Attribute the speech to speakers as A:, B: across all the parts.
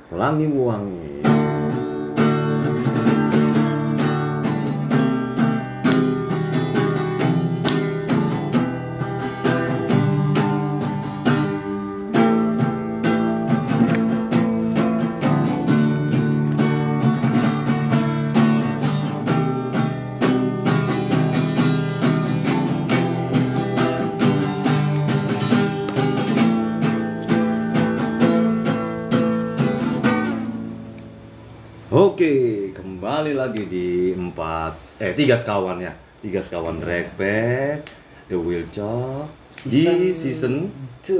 A: Wangi-wangi. Oke, kembali lagi di 3 sekawan ya. 3 sekawan Dragback The Wheelchok di season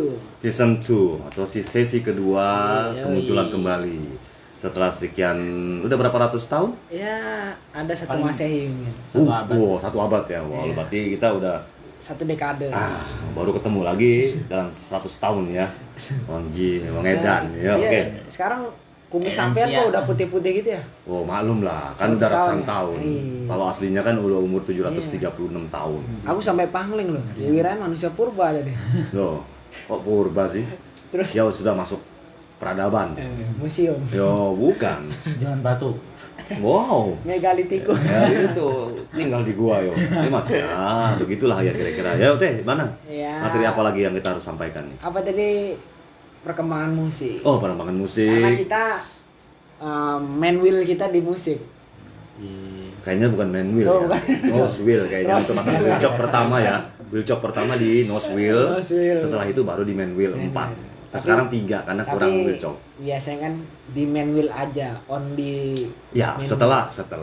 A: 2 atau sesi kedua kemunculan kembali. Setelah sekian udah berapa ratus tahun?
B: Ya, ada satu Masehi mungkin.
A: Satu abad ya. Wow, berarti kita udah
B: satu dekade.
A: Baru ketemu lagi dalam 100 tahun ya. Bang Edan ya. Oke.
B: Sekarang kumis sampean kok udah putih-putih gitu ya?
A: Oh, maklum lah, kan udah ratusan tahun. Kalau aslinya kan udah umur 736 tahun.
B: Aku sampai pangling loh. Kirain manusia purba ada deh.
A: Loh, kok purba sih?
B: Terus
A: ya sudah masuk peradaban.
B: Museum.
A: Yo, bukan.
C: Jangan batu.
A: Wow.
B: Megalitikus.
A: Ya itu tinggal di gua yo. Ini Mas. Ya, begitulah ya kira-kira. Ya, Teh, mana?
B: Ya.
A: Materi apa lagi yang kita harus sampaikan nih?
B: Apa tadi? Perkembangan musik.
A: Oh, perkembangan musik.
B: Karena kita main wheel kita di musik.
A: Kayaknya bukan main wheel ya. Nose wheel kayaknya itu masa Wheelchok pertama ya. Wheelchok pertama di nose wheel. Setelah itu baru di main wheel 4. Sekarang 3 karena kurang Wheelchok.
B: Biasanya kan di main wheel aja, on di.
A: Ya, setelah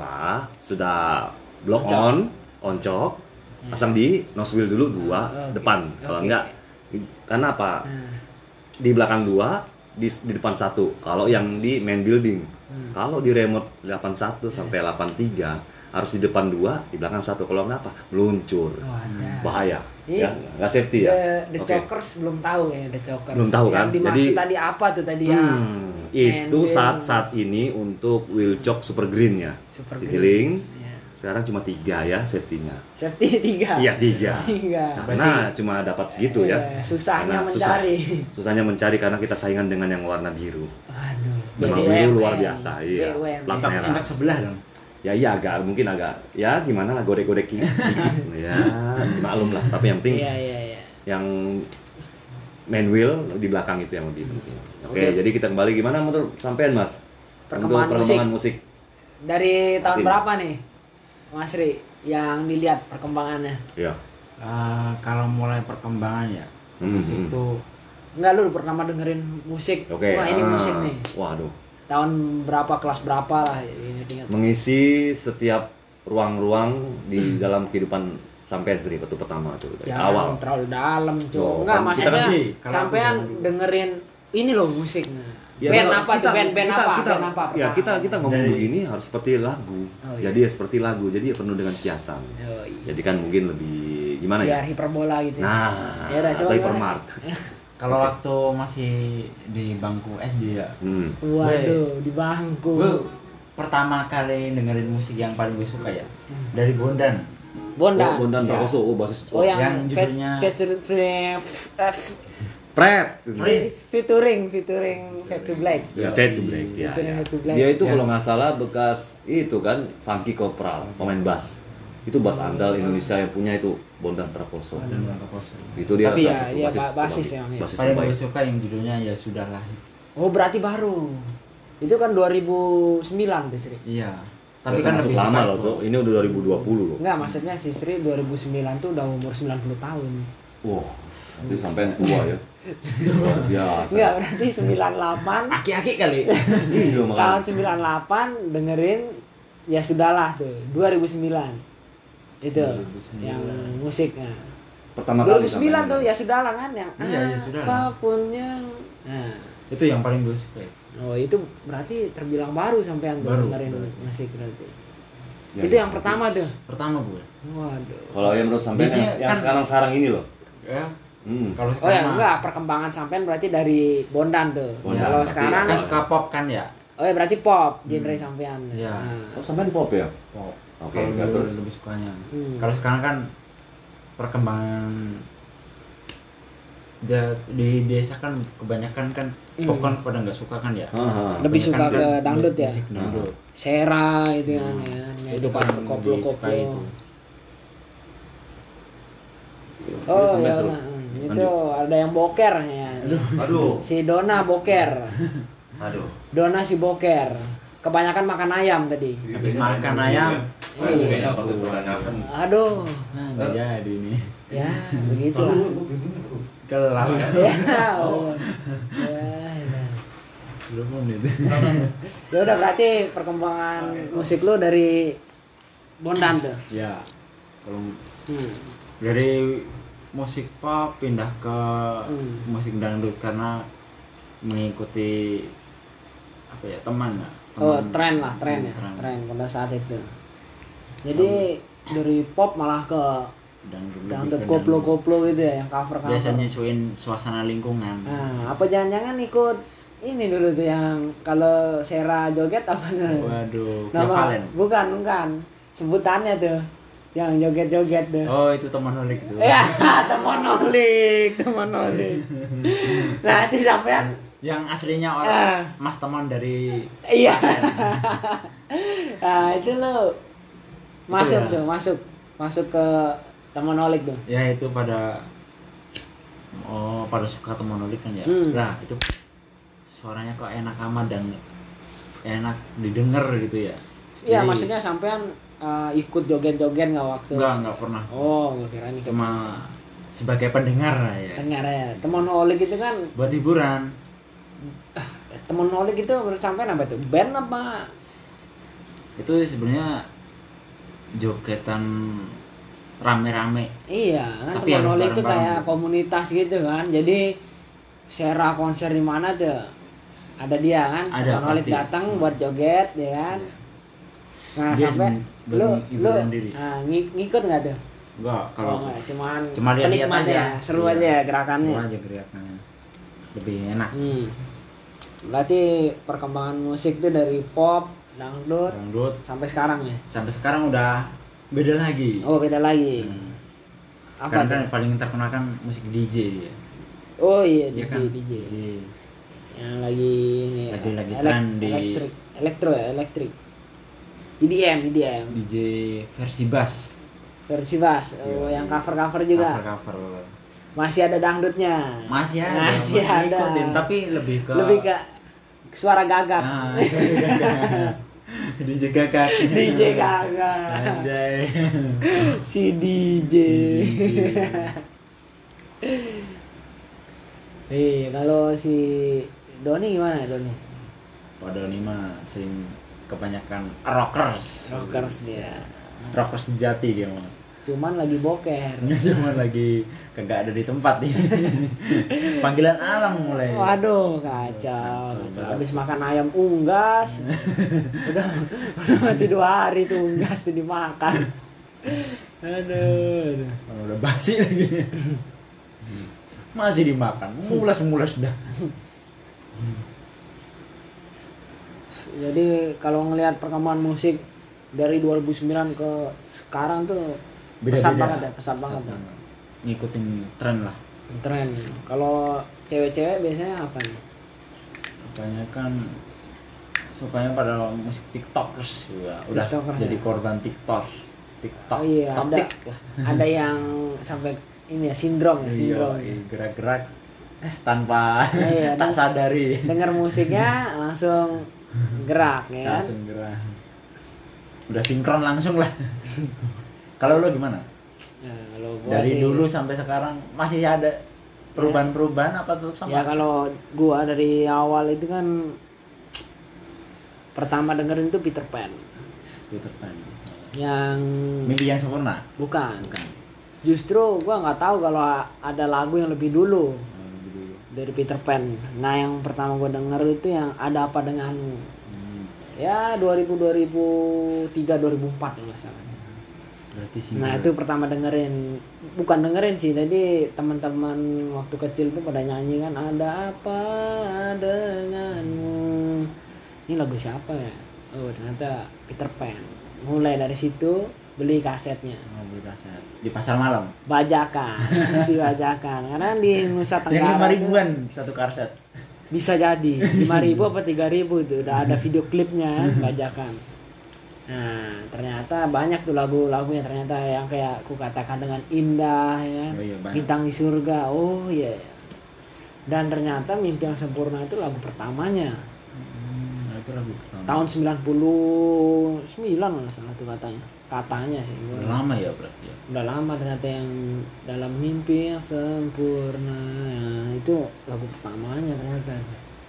A: sudah block on chok, pasang di nose wheel dulu 2 depan. Kalau enggak karena apa? Di belakang 2, di depan 1. Kalau yang di main building. Kalau di remote 81 sampai 83 harus di depan 2, di belakang 1. Kalau enggak apa? Meluncur. Bahaya. Ya, enggak safety ya.
B: The Chokers belum tahu ya, The Chokers.
A: Belum tahu kan?
B: Yang dimaksud tadi apa tuh tadi ya?
A: Itu saat ini untuk Wheelchok Super Green ya. Citiling. Sekarang cuma 3 ya safety-nya.
B: Safety 3?
A: Iya 3. Karena cuma dapat segitu ya.
B: Susahnya mencari.
A: Susahnya mencari karena kita saingan dengan yang warna biru.
B: Aduh.
A: Warna biru luar biasa. Iya. Plat merah.
C: Encok sebelah dong.
A: Ya iya mungkin agak ya gimana lah godek-godek dikit. Ya maklum lah. Tapi yang penting yang main wheel di belakang itu yang lebih penting. Oke, jadi kita kembali gimana menurut sampean Mas? Perkembangan musik.
B: Dari tahun berapa nih? Mas Ri, yang dilihat perkembangannya.
A: Iya.
C: Kalau mulai perkembangan ya, musik itu
B: enggak, lu pertama dengerin musik.
A: Oke.
B: Wah, ini musik nih.
A: Waduh.
B: Tahun berapa, kelas berapa lah ini tinggal.
A: Mengisi setiap ruang-ruang di dalam kehidupan sampean sendiri waktu pertama tuh dari awal.
B: Terlalu dalam,
A: Oh,
B: enggak,
A: kan
B: maksudnya sampean dengerin ini loh musik.
A: Ya,
B: band apa tuh? Band apa?
A: Ya kita ngomong begini harus seperti lagu. Jadi ya seperti lagu. Jadi ya penuh dengan kiasan. Jadi kan mungkin lebih gimana ya?
B: Biar hiperbola gitu.
A: Nah,
B: ya udah coba
A: hipermart.
C: Kalau waktu masih di bangku SD ya.
B: Waduh, di bangku.
C: Gue pertama kali dengerin musik yang paling gue suka ya dari Bondan.
A: Bondan Prakoso, basis.
C: Yang judulnya
B: featuring Fade to Black.
A: Ya, Fade to Black. Ya. Dia itu kalau nggak salah bekas itu kan Funky Kopral, pemain bass. Itu bass andal Indonesia yang punya itu Bondan Prakoso. Itu dia
B: tapi
A: basis
B: yang
C: paling gue suka yang judulnya Ya Sudahlah.
B: Oh, berarti baru. Itu kan 2009 tuh Sri.
C: Iya.
A: Tapi kan lebih lama loh tuh. Ini udah 2020 loh.
B: Enggak, maksudnya si Sri 2009 tuh udah umur 90 tahun.
A: Wah, itu sampai tua ya. Luar biasa.
B: Enggak, berarti 98.
C: Aki-aki kali.
A: Iya,
B: tahun 98 dengerin Ya Sudahlah tuh, 2009. Itu 2009. Yang musiknya.
A: Pertama kali
B: 2009 tuh Ya Sudahlah kan yang
C: Ya Sudahlah.
B: Apapun yang
C: itu yang paling gue suka.
B: Oh, itu berarti terbilang baru sampean tuh dengerin musik berarti.
A: Ya,
B: itu yang pertama tuh.
C: Pertama gue.
B: Waduh.
A: Kalau yang menurut sampean yang sekarang ini loh.
C: Ya.
B: Kalau sekarang enggak, perkembangan sampean berarti dari Bondan tuh. Kalau sekarang
C: kan suka pop kan ya.
B: Oh ya, berarti pop genre sampean.
C: Iya.
A: Oh, sampean pop ya?
C: Pop.
A: Oke,
C: terus lebih sukanya. Kalau sekarang kan perkembangan di desa kan kebanyakan kan pop kan pada nggak suka kan ya.
B: Lebih suka
C: Kebanyakan
B: ke dangdut ya.
C: musik dangdut.
B: Sera itu kan ya.
C: Itu kan
B: koplo-koplo.
C: disukai itu.
B: Oh
C: Sampai
B: ya,
C: terus.
B: itu ada yang boker ya.
A: Aduh.
B: Si Dona boker.
A: Aduh.
B: Dona si boker. Kebanyakan makan ayam tadi.
C: Habis makan ayam.
B: Iya. Aduh.
C: Nah, nggak jadi nih.
B: Ya, begitulah.
C: Kelar.
B: Ya, oh. Ya, ya.
C: Belum itu.
B: Ya udah berarti perkembangan musik lu dari Bondan tuh.
C: Ya. Kalau
B: Hmm.
C: dari musik pop pindah ke musik dangdut karena mengikuti apa ya teman lah.
B: Oh, tren lah, tren ya.
C: Tren.
B: Tren pada saat itu. Jadi dari pop malah ke dangdut
C: lebih ke
B: koplo-koplo gitu ya, yang cover-cover.
C: biasanya nyesuaiin suasana lingkungan.
B: Nah, apa jangan-jangan ikut ini dulu tuh yang kalau Sera joget apa tuh?
C: Waduh,
B: Nama,
C: Valen.
B: bukan. Sebutannya tuh yang joget-joget tuh.
C: Oh, itu teman Holik itu.
B: Ya, teman nolik. Nah, itu sampean
C: Yang aslinya orang Mas teman dari
B: iya. Nah, itu lo masuk
C: ya.
B: tuh, masuk ke teman nolik tuh.
C: ya itu pada pada suka teman Holik kan ya. Nah, itu suaranya kok enak amat dan enak didengar gitu ya.
B: Iya,
C: Jadi,
B: maksudnya sampean ikut joget-joget nggak waktu?
C: enggak pernah.
B: Oh, gue kira nih
C: Cuma sebagai pendengar lah ya.
B: dengar ya. Teman nolik itu kan,
C: Buat hiburan.
B: teman nolik itu menurut sampean apa tuh? Band apa?
C: Itu sebenarnya jogetan rame-rame.
B: Iya, kan
C: Tapi
B: teman
C: harus
B: nolik itu
C: bareng-bareng
B: kayak
C: gitu.
B: komunitas gitu kan. Jadi Sera konser di mana tuh? Ada dia kan,
C: Ada,
B: teman nolik
C: pasti.
B: datang buat joget ya kan. Nah,
C: Dia
B: sampai
C: sebagai
B: lu
C: hiburan diri.
B: ngikut nggak tuh?
C: Enggak, kalau
B: Enggak, cuman
C: cuma lihat-lihat
B: penikmat
C: aja.
B: ya, seru
C: Iya,
B: aja gerakannya.
C: Seru aja gerakannya. Lebih enak.
B: Berarti perkembangan musik tuh dari pop, dangdut
C: Dangdut
B: sampai sekarang ya.
C: sampai sekarang udah beda lagi.
B: Oh, beda lagi. Apa
C: Sekarang kan
B: tuh?
C: paling terkenal kan musik DJ ya.
B: Oh iya,
C: Iya
B: DJ,
C: kan?
B: DJ.
C: DJ.
B: Yang lagi ini
C: Lagi tren di
B: elektrik. EDM.
C: DJ versi bass.
B: Versi bass. Oh,
C: Iya.
B: yang cover juga.
C: Cover.
B: Masih ada dangdutnya.
C: Masih ada.
B: Masih ada.
C: ngikutin, tapi lebih ke
B: suara gagak.
C: Nah, DJ gagak.
B: DJ gagak.
C: Anjay.
B: Si DJ. Kalau si Doni gimana Doni?
C: Pada ini mah sering kebanyakan rockers
B: Dia.
C: rockers sejati dia mah.
B: Cuman lagi boker.
C: Cuma lagi kagak ada di tempat nih. Panggilan alam mulai.
B: Waduh, kacau. Habis makan ayam unggas. udah mati 2 hari tuh unggas tuh dimakan. Aduh.
C: Mana udah basi lagi. Masih dimakan. Mulas dah.
B: Jadi kalau ngelihat perkembangan musik dari 2009 ke sekarang tuh pesat banget.
C: Ngikutin tren lah.
B: Tren. Kalau cewek-cewek biasanya apa nih?
C: Kebanyakan sukanya pada musik TikTokers juga. Udah
B: TikTokers
C: jadi
B: ya?
C: korban TikTok.
B: Oh iya, ada yang sampai ini ya sindrom.
C: Iya, gerak-gerak tanpa
B: Iya,
C: tak sadari.
B: Dengar musiknya langsung gerak ya.
C: Langsung gerak. Udah sinkron langsung lah. Kalau lo gimana?
B: Ya, kalau gua
C: Dari
B: sih,
C: dulu sampai sekarang masih ada perubahan-perubahan apa tetap sama?
B: ya kalau gua dari awal itu kan pertama dengerin tuh Peter Pan.
C: Peter Pan.
B: Yang
C: Mimpi yang sempurna.
B: bukan. Justru gua nggak tahu kalau ada lagu yang lebih dulu dari Peter Pan. Nah, yang pertama gua denger itu yang Ada Apa Denganmu. Ya 2003 2004 ya nggak salah.
C: Berarti sih.
B: Nah itu pertama bukan dengerin sih, jadi teman-teman waktu kecil tuh pada nyanyi kan Ada Apa Denganmu. Ini lagu siapa ya? Oh ternyata Peter Pan. Mulai dari situ beli kasetnya.
C: Beli kaset di pasar malam.
B: Bajakan, si bajakan. Karena di Nusa
C: Yang
B: Tenggara
C: 5.000-an satu kaset.
B: bisa jadi 5.000 apa 3.000 itu udah ada video klipnya bajakan. Nah ternyata banyak tuh lagu-lagunya ternyata yang kayak Ku Katakan Dengan Indah ya,
C: Oh iya, banyak.
B: Bintang di Surga, oh iya. Dan ternyata Mimpi Yang Sempurna itu lagu pertamanya.
C: Itu lagu pertama.
B: Tahun 99 kalau salah tuh katanya sih.
C: Udah lama ya berarti ya.
B: Udah lama ternyata yang Dalam Mimpi Yang Sempurna itu lagu pertamanya ternyata.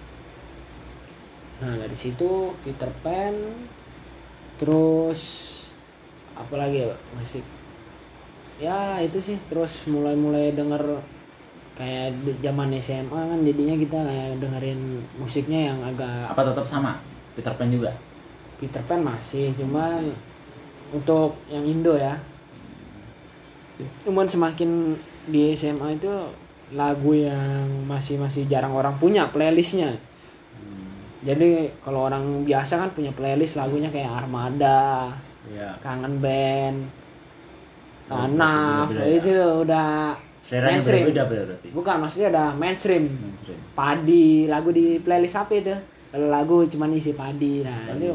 B: Nah dari situ Peter Pan, terus apalagi ya musik ya itu sih, terus mulai denger kayak zaman SMA kan jadinya kita kayak dengerin musiknya yang agak
C: Apa tetap sama Peter Pan juga?
B: Peter Pan masih, cuman untuk yang Indo ya. Cuman semakin di SMA itu lagu yang masih jarang orang punya playlistnya. Jadi kalau orang biasa kan punya playlist lagunya kayak Armada,
C: Iya.
B: Kangen Band,
C: Beda-beda ya.
B: itu udah
C: Selera yang
B: mainstream.
C: berbeda berarti.
B: Bukan, maksudnya udah mainstream.
C: Mainstream.
B: Padi, lagu di playlist apa itu? Kalau lagu cuman isi padi. Nah, itu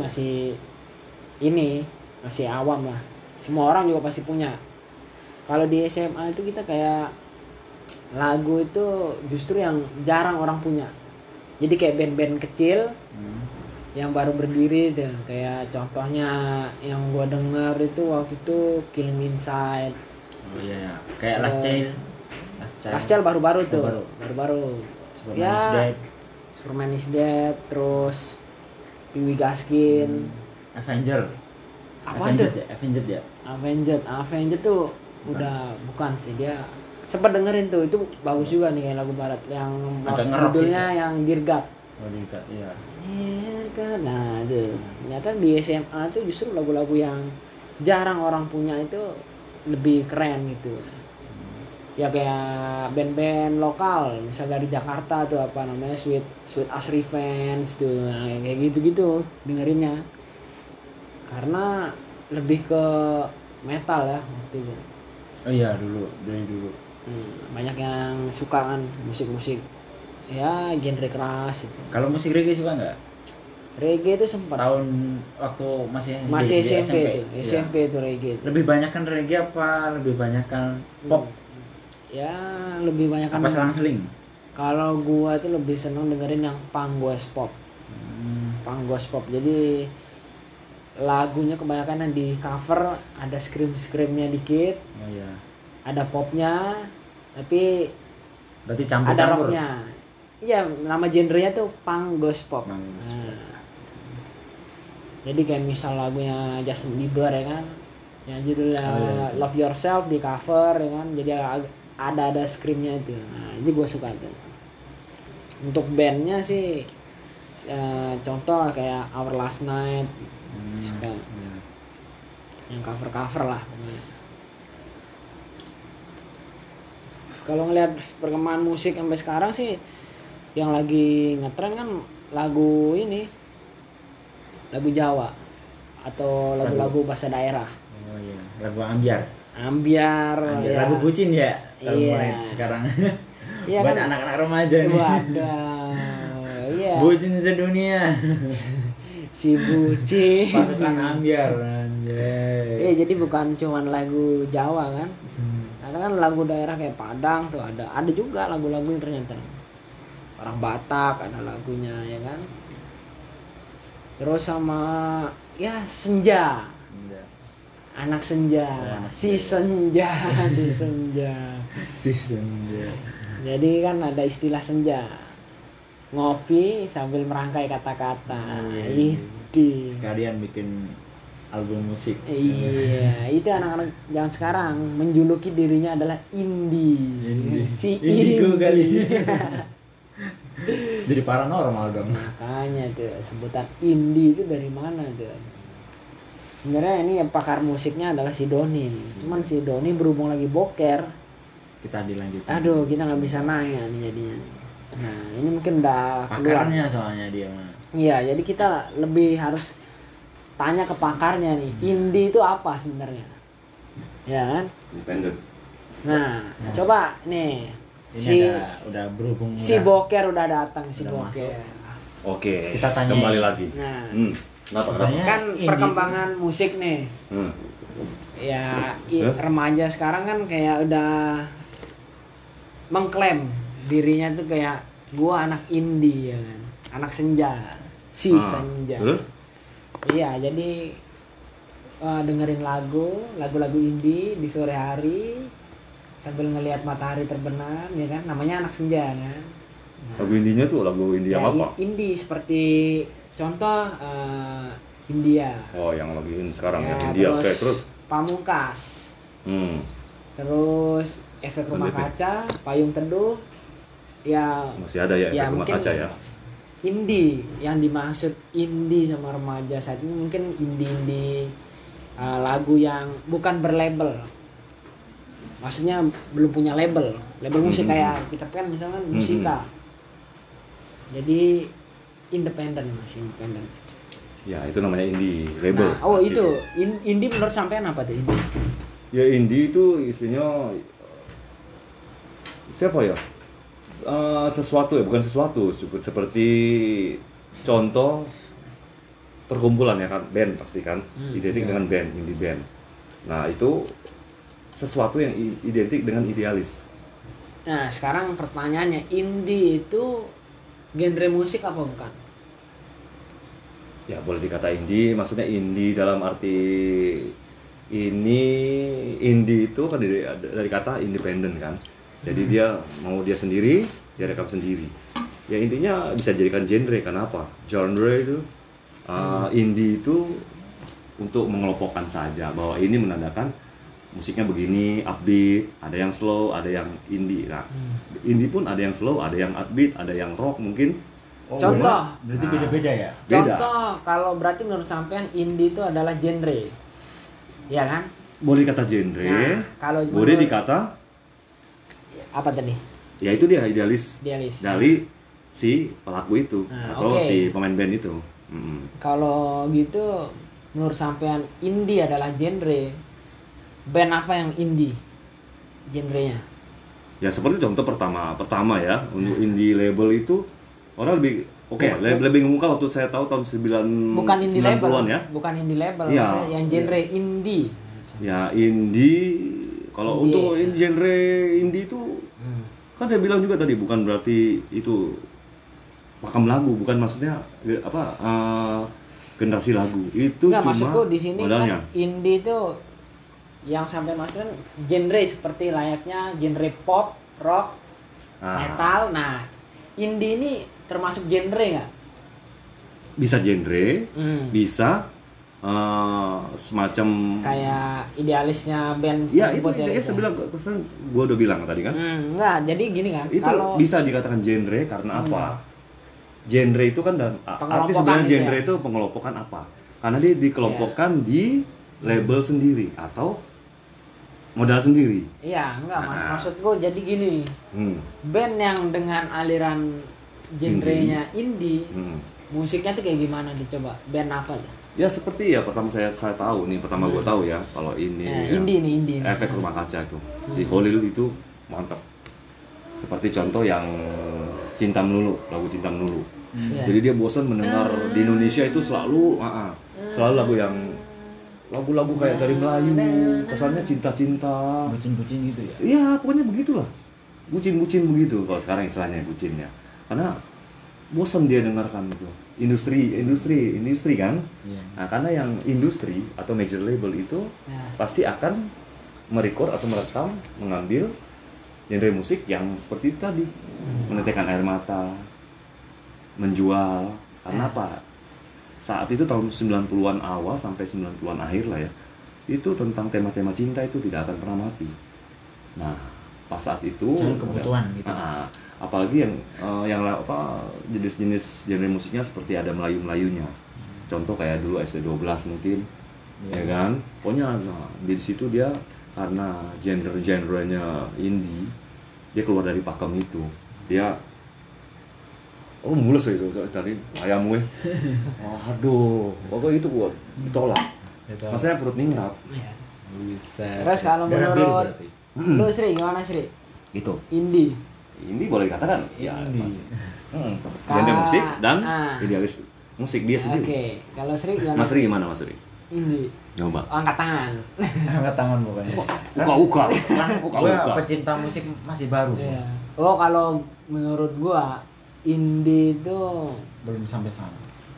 B: masih awam lah. Semua orang juga pasti punya. Kalau di SMA itu kita kayak lagu itu justru yang jarang orang punya. Jadi kayak band-band kecil yang baru berdiri tuh, kayak contohnya yang gua denger itu waktu itu Killing Inside.
C: Oh iya ya. Kayak Last Child.
B: Last Child baru-baru tuh.
C: Baru.
B: Baru-baru.
C: Superman is Dead.
B: Superman is Dead, terus Pee Gaskin.
C: Avenger.
B: Apa
C: Avenged
B: tuh?
C: ya? Avenged ya?
B: Avenged tuh udah bukan sih, dia sempat dengerin tuh, itu bagus juga nih kayak lagu barat yang
C: Agak ngerok sih,
B: judulnya yang Dirgat.
C: Oh Dirgat, iya.
B: Nah itu ternyata di SMA tuh justru lagu-lagu yang jarang orang punya itu lebih keren gitu. Ya kayak band-band lokal misal dari Jakarta tuh apa namanya Sweet As Revenge tuh, nah, kayak gitu-gitu dengerinnya karena lebih ke metal ya waktu itu.
C: Oh iya dari dulu.
B: Banyak yang suka kan musik-musik ya genre keras itu.
C: Kalau musik reggae suka nggak?
B: Reggae itu sempat
C: Tahun waktu masih di
B: SMP itu,
C: Iya.
B: SMP itu reggae itu.
C: Lebih banyak kan reggae apa lebih banyak kan pop?
B: Ya lebih banyak
C: Apa selang-seling?
B: Kalau gua tuh lebih seneng dengerin yang punk goes pop. Punk goes pop. Jadi lagunya kebanyakan yang di cover ada screamnya dikit,
C: Oh iya.
B: ada popnya, tapi
C: Berarti
B: ada
C: campur-campur.
B: rocknya. Iya, nama genrenya tuh punk goes pop.
C: Punk goes pop.
B: Nah, jadi kayak misal lagunya Justin Bieber ya kan, yang judulnya Love Yourself di cover ya kan, jadi ada screamnya itu. Nah ini gue suka tuh. Untuk bandnya sih contoh kayak Our Last Night, suka yang cover lah pokoknya. Kalau ngelihat perkembangan musik sampai sekarang sih yang lagi ngetren kan lagu Jawa atau lagu-lagu bahasa daerah.
C: Oh iya, lagu ambiar.
B: Ambiar ya.
C: Lagu bucin ya kalau
B: Iya.
C: mulai sekarang.
B: Iya
C: Buat
B: kan?
C: anak-anak remaja nih.
B: Waduh, iya.
C: Bucin sedunia.
B: Si bucin.
C: Pasukan ambiar anjay.
B: Iya, jadi bukan cuman lagu Jawa kan. Karena kan lagu daerah kayak Padang tuh ada juga lagu-lagu ternyata. Orang Batak ada lagunya ya kan. Terus sama ya senja. Anak senja, si senja. Jadi kan ada istilah senja. Ngopi sambil merangkai kata-kata. Idi.
C: Sekalian bikin album musik.
B: Iya, itu anak-anak zaman sekarang menjuluki dirinya adalah indie. Si
C: Indigo
B: indie.
C: kali. Jadi paranormal dong.
B: Makanya tuh sebutan indie itu dari mana tuh? Sebenarnya ini pakar musiknya adalah si Doni. Cuman si Doni berhubung lagi boker.
C: Kita dilanjutin.
B: Aduh, kita nggak bisa nanya nih jadinya. Nah, ini mungkin udah keluar.
C: Pakarnya soalnya dia mah.
B: Iya, jadi kita lebih harus tanya ke pakarnya nih. Indie itu apa sebenarnya? Ya kan?
A: Independen.
B: Nah, coba nih
C: Ini udah berhubung
B: si
C: udah-
B: Boker udah datang si
C: udah
B: Boker.
A: Oke,
C: Kita tanya
A: kembali
C: ya.
A: lagi.
B: Nah,
A: Kenapa?
C: Sebenarnya
B: kan
C: indie
B: perkembangan musik nih. Ya remaja sekarang kan kayak udah mengklaim dirinya tuh kayak gua anak indie ya kan. Anak senja. Senja.
A: Terus?
B: Iya, jadi dengerin lagu-lagu indie di sore hari sambil ngelihat matahari terbenam ya kan, namanya anak senja kan.
A: Lagu indinya tuh lagu indie yang apa?
B: Indie seperti contoh India.
A: Oh, yang lagi in sekarang
B: Ya,
A: ya, India.
B: terus
A: Oke, terus.
B: Pamungkas. Terus Efek Rumah
A: Lanjut nih.
B: Kaca, Payung Teduh. Ya
A: Masih ada ya efek rumah
B: mungkin
A: kaca ya.
B: indie yang dimaksud indie sama remaja saat ini mungkin indie lagu yang bukan berlabel, maksudnya belum punya label musik kayak Peter Pan misalkan Musika, jadi independen, masih independen.
A: Ya, itu namanya indie label.
B: Nah, oh
A: Masih
B: itu indie menurut sampean apa tuh indie?
A: Ya, indie itu isinya siapa ya? Sesuatu ya, bukan sesuatu, seperti contoh perkumpulan ya kan, band pasti kan, identik dengan band, indie band. Nah, itu sesuatu yang identik dengan idealis.
B: Nah sekarang pertanyaannya, indie itu genre musik apa bukan?
A: Ya, boleh dikata indie, maksudnya indie dalam arti ini, indie itu kan dari kata independen kan. Jadi dia mau dia sendiri, dia rekam sendiri. Ya intinya bisa jadikan genre, kenapa? Genre itu indie itu untuk mengelompokkan saja bahwa ini menandakan musiknya begini, upbeat, ada yang slow, ada yang indie. Nah, indie pun ada yang slow, ada yang upbeat, ada yang rock mungkin.
B: Contoh.
C: Berarti beda-beda ya?
A: Beda.
B: Contoh, kalau berarti menurut sampean indie itu adalah genre, ya kan?
A: Boleh dikata genre,
B: Nah, kalau
A: boleh
B: menurut-
A: dikata
B: Apa tadi?
A: ya itu dia idealis
B: Idealis.
A: dari si pelaku itu
B: Nah,
A: atau
B: oke.
A: si pemain band itu.
B: Kalau gitu, menurut sampean indie adalah genre. Band apa yang indie? Genrenya?
A: Ya seperti contoh pertama ya, untuk indie label itu orang lebih lebih ngemuka waktu saya tahu tahun
B: Bukan indie
A: 90-an
B: label,
A: ya.
B: bukan indie label,
A: Iya.
B: maksudnya yang genre indie.
A: Ya indie, kalau
B: Indie,
A: untuk
B: ya.
A: genre indie itu kan saya bilang juga tadi bukan berarti itu pakam lagu, bukan maksudnya generasi lagu. Itu
B: Nggak,
A: cuma
B: maksudku di sini
A: modalnya.
B: kan indie itu yang sampai maksudkan genre seperti layaknya genre pop, rock, metal. Nah, indie ini termasuk genre nggak?
A: Bisa genre, bisa semacam
B: Kayak idealisnya band
A: ya itu
B: tersebut
A: ya,
B: gitu.
A: saya bilang terus gua udah bilang tadi kan.
B: Enggak, jadi gini kan.
A: Itu
B: Kalau
A: bisa dikatakan genre karena apa? Genre itu kan arti sebenarnya
B: gitu
A: genre
B: ya.
A: itu pengelompokan apa? Karena dia dikelompokkan di label sendiri atau modal sendiri.
B: iya, enggak, maksud gue jadi gini. Band yang dengan aliran genrenya indie, musiknya tuh kayak gimana dicoba? Band apa ya?
A: Ya seperti ya pertama saya tahu nih, pertama gue tahu ya kalau ini ya,
B: indie.
A: Efek Rumah Kaca itu. Si Holil itu mantap. Seperti contoh yang Cinta Melulu, lagu Cinta Melulu. Jadi dia bosan mendengar di Indonesia itu selalu lagu yang lagu-lagu kayak dari Melayu, kesannya cinta-cinta.
C: Bucin-bucin gitu ya?
A: Iya, pokoknya begitulah. Bucin-bucin begitu kalau sekarang istilahnya bucinnya. Karena bosan dia dengarkan itu. Industri kan.
C: Iya.
A: Nah, karena yang industri atau major label itu pasti akan merekord atau merekam, mengambil genre musik yang seperti itu tadi. Menetekkan air mata, menjual. Karena apa? Saat itu tahun 90-an awal sampai 90-an akhir lah ya. Itu tentang tema-tema cinta itu tidak akan pernah mati. Nah, pas saat itu
C: Cari kebutuhan gitu.
A: apalagi yang jenis-jenis genre musiknya seperti ada Melayu-melayunya. Contoh kayak dulu SD12 mungkin. Ya kan? Pokoknya di situ dia karena genre-genrenya indie, dia keluar dari pakem itu. Dia mulus itu tadi ayam gue. Aduh, pokoknya itu gua ditolak. Rasanya perut ningrat.
C: Bisa.
B: Terus kalau
C: Darah biru
B: menurut
C: berarti.
B: lu Sri, gimana Sri?
A: Gitu.
B: Indie.
A: Ini boleh dikatakan ya
C: Indie.
A: masih. Genre musik dan
B: Ah.
A: idealis musik dia
B: Oke,
A: sendiri.
B: kalau Sri gimana?
A: Mas Ri gimana Mas Ri?
B: Indie.
A: Coba.
B: Angkat tangan.
C: Angkat tangan pokoknya.
A: Uka-uka.
C: Gue
A: Uka-uka.
C: pecinta musik masih baru.
B: Iya. Oh, kalau menurut gua indie itu
C: Belum sampai sana.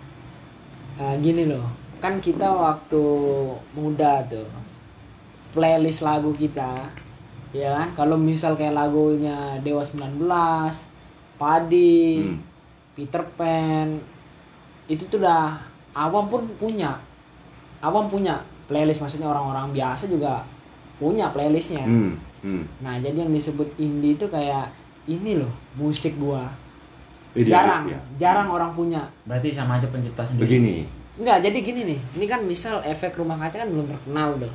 B: gini loh. Kan kita waktu muda tuh playlist lagu kita, ya kan? Kalau misal kayak lagunya Dewa 19, Padi, Peter Pan, itu tuh udah awam pun punya. Awam punya playlist, maksudnya orang-orang biasa juga punya playlistnya. Nah, jadi yang disebut indie itu kayak ini loh, musik gua.
A: Idealis dia.
B: Jarang orang punya.
C: Berarti sama aja pencipta sendiri.
A: Begini.
B: Enggak, jadi gini nih. Ini kan misal Efek Rumah Kaca kan belum terkenal udah.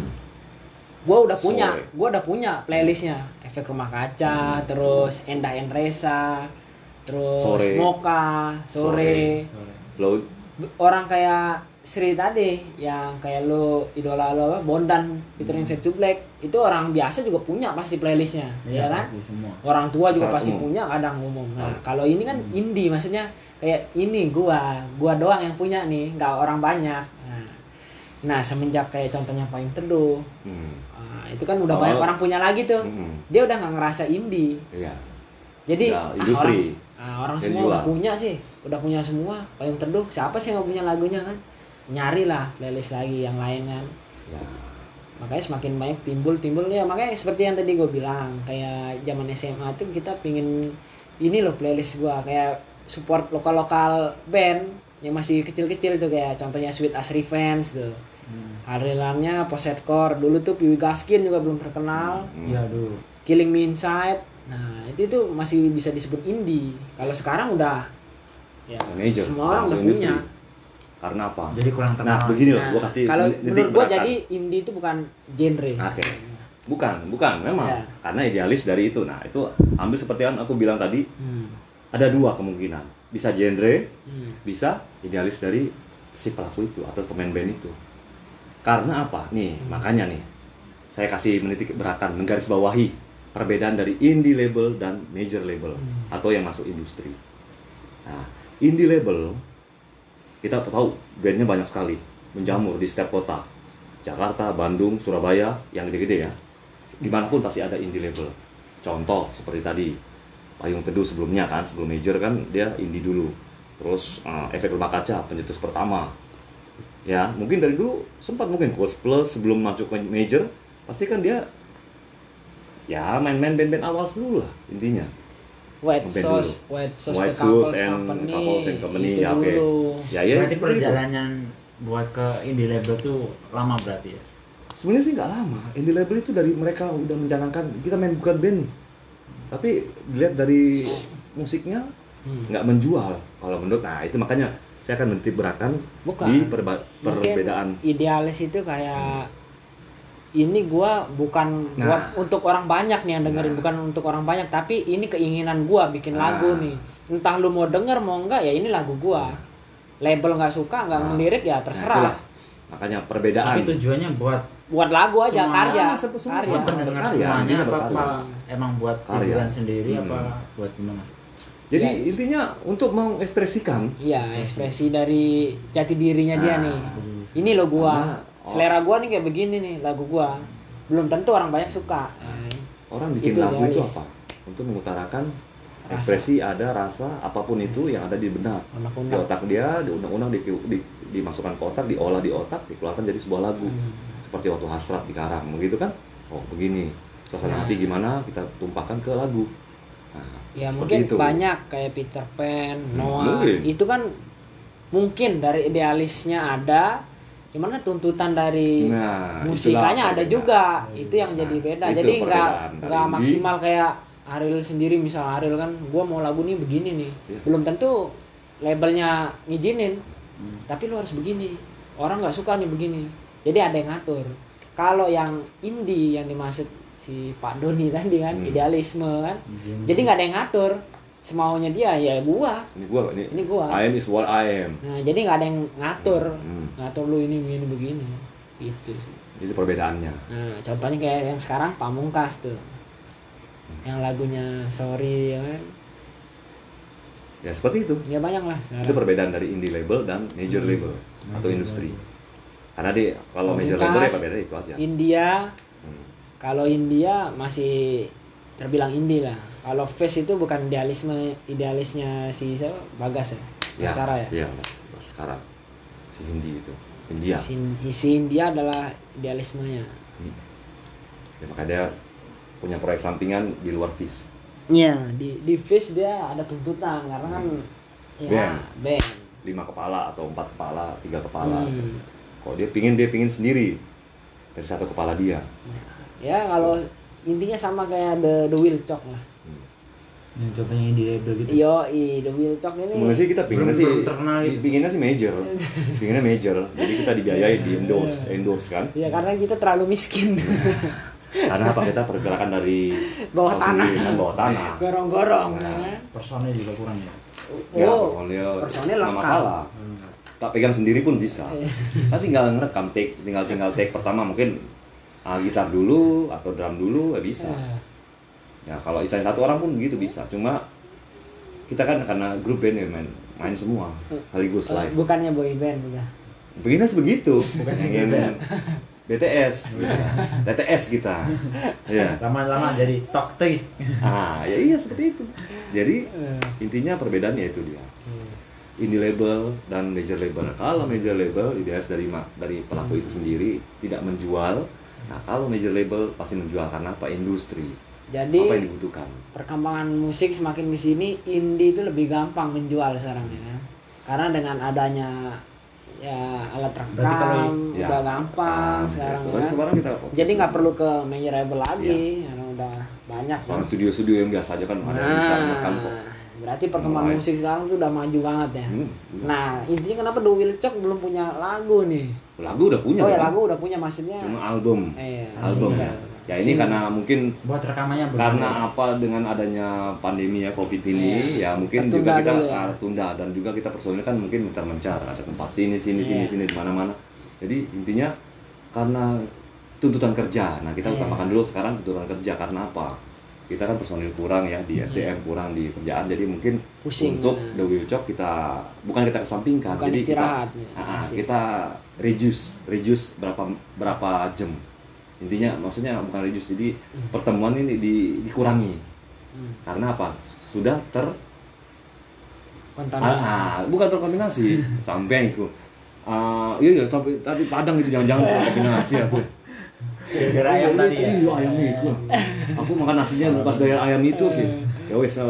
B: Gua udah punya playlistnya. Efek Rumah Kaca, terus Endah Endresa, terus
A: Sore.
B: Moka, Sore.
A: Flow.
B: Orang kayak Sri tadi yang kayak lo idola lo apa, Bondan, featuring Fade to Black, itu orang biasa juga punya pasti playlistnya, ya kan?
C: Pasti semua.
B: Orang tua juga
A: Secara
B: pasti
A: umum.
B: punya, kadang umum. Nah, kalau ini kan indie, maksudnya kayak ini gua doang yang punya nih, nggak orang banyak. Nah, semenjak kayak contohnya Payung Teduh, itu kan udah banyak orang punya lagi tuh. Dia udah nggak ngerasa indie.
A: Iya.
B: Jadi
A: Ya, industri.
B: orang
A: Dia
B: semua
A: jual.
B: udah punya sih, udah punya semua. Payung Teduh, siapa sih yang nggak punya lagunya kan? Nyari lah playlist lagi yang lain kan.
A: Ya.
B: Makanya semakin banyak timbul ya, makanya seperti yang tadi gue bilang, kayak zaman SMA tuh kita pingin ini loh playlist gua kayak support lokal band yang masih kecil-kecil tuh, kayak contohnya Sweet As Revenge tuh. Alirannya Posetcore dulu tuh, Piwi Gaskin juga belum terkenal.
C: Iya, aduh.
B: Killing Me Inside. Nah, itu tuh masih bisa disebut indie. Kalau sekarang udah ya
A: Major.
B: semua orang udah
A: Langsung industri.
B: punya.
A: Karena apa?
C: Jadi kurang terkenal.
A: Nah, begini loh,
B: Nah,
A: gua kasih
B: kalau
A: nitik
B: menurut gua
A: beratkan.
B: jadi indie itu bukan genre.
A: Oke. Bukan memang.
B: Ya.
A: Karena idealis dari itu. Nah, itu ambil seperti yang aku bilang tadi, ada dua kemungkinan. Bisa genre, bisa idealis dari si pelaku itu atau pemain band itu. Karena apa? Nih, makanya nih, saya kasih menitik beratkan, menggarisbawahi perbedaan dari indie label dan major label atau yang masuk industri. Nah, indie label kita tahu bandnya banyak sekali, menjamur di setiap kota, Jakarta, Bandung, Surabaya, yang gede-gede ya. Dimanapun pasti ada indie label. Contoh seperti tadi, Payung Teduh sebelumnya kan, sebelum major kan dia indie dulu. Terus Efek Rumah Kaca pencetus pertama. Ya, mungkin dari dulu sempat mungkin Ghost Plus sebelum masuk ke major, pasti kan dia ya main-main band-band awal dulu lah intinya.
B: White
A: Band
B: Sauce,
A: dulu.
B: White Sauce,
A: White
B: The
A: Sauce
B: Couples
A: and
B: Company,
A: Couples and Company,
B: itu
A: ya, oke.
B: dulu.
A: Ya,
C: Berarti
A: seperti itu.
C: perjalanan buat ke indie label tuh lama berarti ya?
A: Sebenarnya sih nggak lama. Indie label itu dari mereka udah mencanangkan kita main bukan band nih, tapi dilihat dari musiknya nggak menjual. Kalau menurut, nah itu makanya saya akan menitik beratkan
B: Bukan.
A: di
B: Mungkin
A: perbedaan.
B: idealis itu kayak ini gua bukan
A: Nah.
B: buat untuk orang banyak nih yang dengerin, bukan untuk orang banyak, tapi ini keinginan gua bikin lagu nih. Entah lu mau denger mau enggak, ya ini lagu gua. Label nggak suka, nggak ngelirik ya terserah.
A: Itulah. Makanya perbedaan.
C: Tapi tujuannya buat
B: Buat lagu aja,
C: Semua-
B: karya.
A: semua-
B: Karya.
C: buat pendengar
A: Berkarya,
C: semuanya
A: intinya
C: apa,
A: berkarya.
C: emang buat
A: Karya.
C: hiburan sendiri apa buat gimana?
A: Jadi
B: Ya.
A: intinya untuk mengekspresikan.
B: Iya, ekspresi dari jati dirinya dia nih. Ini lo gua.
A: Karena-
B: Selera gua nih kayak begini nih lagu gua. Belum tentu orang banyak suka.
A: Orang bikin
B: Itu
A: lagu itu
B: idealis.
A: apa? Untuk mengutarakan
B: Rasa.
A: ekspresi, ada rasa apapun itu yang ada di benak, di
B: Unek-unek.
A: otak dia, diundang-undang, dimasukkan ke otak, diolah di otak, dikeluarkan jadi sebuah lagu. Seperti waktu Hasrat di Karang, begitu kan? Oh begini, suasana hati gimana kita tumpahkan ke lagu. Nah,
B: Ya
A: seperti
B: mungkin banyak kayak Peter Pan, Noah.
A: mungkin.
B: Itu kan mungkin dari idealisnya ada, cuman kan tuntutan dari
A: Nah,
B: musikanya
A: itulah
B: ada
A: perbedaan.
B: juga. Itu yang jadi beda.
A: itu
B: Jadi
A: perbedaan dari
B: nggak
A: indie.
B: maksimal kayak Ariel sendiri, misal Ariel kan gua mau lagu nih begini nih.
A: Iya.
B: Belum tentu labelnya ngizinin. Tapi lu harus begini. Orang nggak suka nih begini. Jadi ada yang ngatur. Kalau yang indie yang dimaksud si Pak Doni tadi kan, idealisme kan. Jadi nggak ada yang ngatur. Semaunya dia ya gua.
A: Ini
B: gua.
A: I am is what I am.
B: Nah, jadi nggak ada yang ngatur. Ngatur lu ini begini begini. Gitu sih.
A: Itu perbedaannya.
B: Nah, contohnya kayak yang sekarang Pamungkas tuh. Yang lagunya Sorry ya kan.
A: Ya seperti itu.
B: Ya banyak lah sekarang.
A: Itu perbedaan dari indie label dan major label atau industri. Karena kalau major label ya perbedaan itu aja.
B: India, kalau India masih terbilang indie lah. Kalau Face itu bukan idealisnya si siapa? Bagas ya? Baskara ya?
A: Iya, Baskara. Si Hindi itu. India.
B: Si India adalah idealismenya.
A: Ya, maka dia punya proyek sampingan di luar Fish.
B: Iya, di Fish dia ada tuntutan karena kan ya band
A: 5 kepala atau 4 kepala, 3 kepala. Kok dia pingin sendiri dari satu kepala dia.
B: Ya kalau intinya sama kayak The Wilcock lah.
C: Yang contohnya di label gitu.
B: The Wilcock ini.
A: Sebenarnya sih kita pinginnya
C: belum
A: sih major. Pinginnya major. Jadi kita dibiayai di endorse kan.
B: Ya karena kita terlalu miskin.
A: Karena apa, kita pergerakan dari
B: bawah tanah.
A: Bawah tanah.
B: Gorong-gorong.
C: Personil juga kurang ya.
A: Ya, personil nggak masalah. Tak pegang sendiri pun bisa. Kita tinggal ngerekam tinggal take pertama mungkin gitar dulu atau drum dulu ya bisa. Ya kalau istilahnya satu orang pun begitu bisa. Cuma kita kan karena grup band ya main semua sekaligus live.
B: Bukannya boy band juga.
A: Begini begitu. Pengen BTS, TTS kita. Ya.
C: Lama-lama jadi talk taste.
A: Ya iya seperti itu. Jadi intinya perbedaannya itu dia. Indie label dan major label. Kalau major label ideas dari pelaku itu sendiri tidak menjual. Nah, kalau major label pasti menjual karena apa? Industri.
B: Jadi
A: apa yang dibutuhkan?
B: Perkembangan musik semakin di sini indie itu lebih gampang menjual sekarang ya. Karena dengan adanya ya alat rekam udah gampang sekarang ya.
A: Sekarang kita
B: jadi nggak perlu ke major label lagi karena udah banyak.
A: Sekarang studio-studio yang biasa aja kan ada yang bisa merekam kok.
B: Berarti perkembangan musik sekarang tuh udah maju banget ya. Nah, intinya kenapa The Wilcock belum punya lagu nih?
A: Lagu udah punya.
B: Lagu udah punya maksudnya.
A: Cuma album.
B: Album
A: ya. Ya ini karena mungkin
C: buat rekamannya
A: karena apa dengan adanya pandemi ya Covid ini ya mungkin juga kita tunda dan juga kita personil kan mungkin mencar ada tempat sini di mana-mana. Jadi intinya karena tuntutan kerja. Nah, kita utamakan dulu sekarang tuntutan kerja karena apa? Kita kan personil kurang ya di SDM kurang di kerjaan jadi mungkin
B: pusing,
A: untuk The Wilcock kita kesampingkan
B: bukan
A: jadi
B: istirahat,
A: kita reduce berapa jam. Intinya maksudnya bukan reduce, jadi pertemuan ini dikurangi. Karena apa? Sudah
B: kontaminasi.
A: Bukan terkontaminasi sampai itu. Iya tapi Padang itu jangan terkontaminasi aku.
C: Gara ayam tadi ya.
A: Iya ayam itu. Aku makan nasinya pas dari ayam itu oke. Ya wes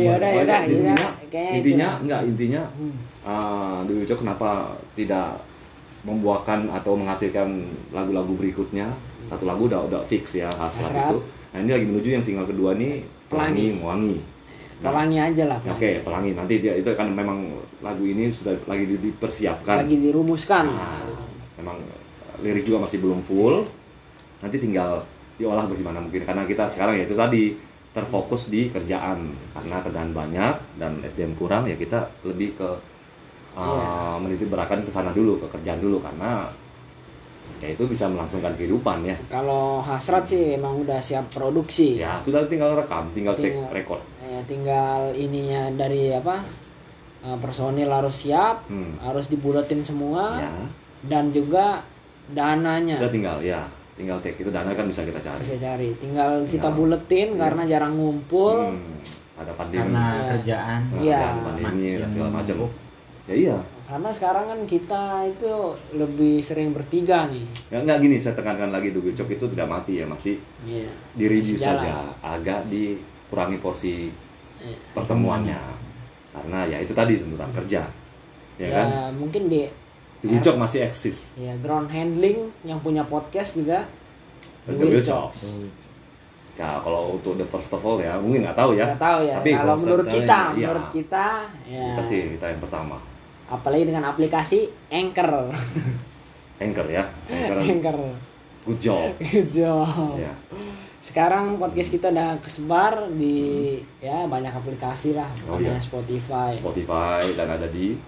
A: intinya The Wilcock kenapa tidak membuahkan atau menghasilkan lagu-lagu berikutnya. Satu lagu udah fix ya Hasrat itu. Nah ini lagi menuju yang single kedua nih Pelangi.
B: Pelangi aja lah.
A: Oke, Pelangi. Nanti itu kan memang lagu ini sudah lagi dipersiapkan.
B: Lagi dirumuskan.
A: Memang lirik juga masih belum full. Nanti tinggal diolah bagaimana mungkin karena kita sekarang ya itu tadi terfokus di kerjaan karena kerjaan banyak dan SDM kurang ya kita lebih ke menitik beratkan ke sana dulu ke kerjaan dulu karena ya itu bisa melangsungkan kehidupan ya.
B: Kalau Hasrat sih emang udah siap produksi.
A: Ya sudah tinggal rekam, tinggal take record.
B: Tinggal ininya dari personil harus siap, harus dibulatin semua, dan juga dananya.
A: Udah tinggal take itu dana kan bisa kita cari.
B: Bisa cari, tinggal kita buletin karena jarang ngumpul.
A: Ada pandemi.
C: Karena kerjaan.
A: Pandemi dan segala macam. Ya iya.
B: Karena sekarang kan kita itu lebih sering bertiga nih.
A: Enggak gini, saya tekankan lagi The Wilcock itu tidak mati ya, masih di-reduce saja, agak dikurangi porsi pertemuannya. Karena ya itu tadi tuntutan kerja. Ya kan?
B: Mungkin The
A: Wilcock masih eksis.
B: Ya, ground handling yang punya podcast juga
A: The Wilcock. Ya kalau untuk the first of all ya mungkin nggak tahu ya.
B: Tapi kalau menurut kita ya.
A: Kita yang pertama.
B: Apalagi dengan aplikasi Anchor
A: ya.
B: Anchor.
A: Good job. Ya.
B: Sekarang podcast kita udah kesebar di banyak aplikasi lah, Spotify
A: dan ada di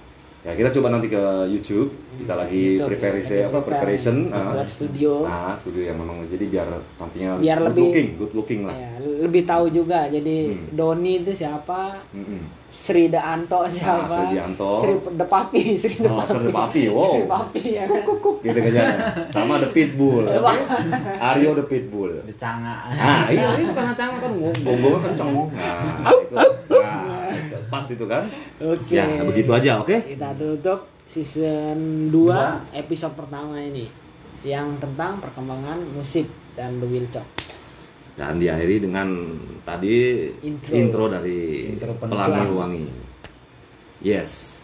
A: Ya kita coba nanti ke YouTube. Kita lagi
B: YouTube,
A: preparation
B: buat studio.
A: Nah, studio yang memang jadi biar tampilnya
B: Biar
A: good looking lah.
B: Ya, lebih tahu juga. Jadi Doni itu siapa? Sri Deanto siapa?
A: Sri Deanto.
B: Sri Depapi, Sri Depapi.
A: Sri Depapi. Wow.
B: Sri Depapi ya kan.
A: Gitu aja. Sama The Pitbull. Aryo The Pitbull.
C: Di canga.
A: Nah, iya itu karena canggung kan gonggongnya kenceng. Nah, itu pas itu kan.
B: Oke.
A: Ya, begitu aja, oke?
B: Kita tutup season 2 episode pertama ini yang tentang perkembangan musik dan The Wilcok.
A: Dan diakhiri dengan tadi intro dari
C: Intro
A: Pelangi Wangi. Yes.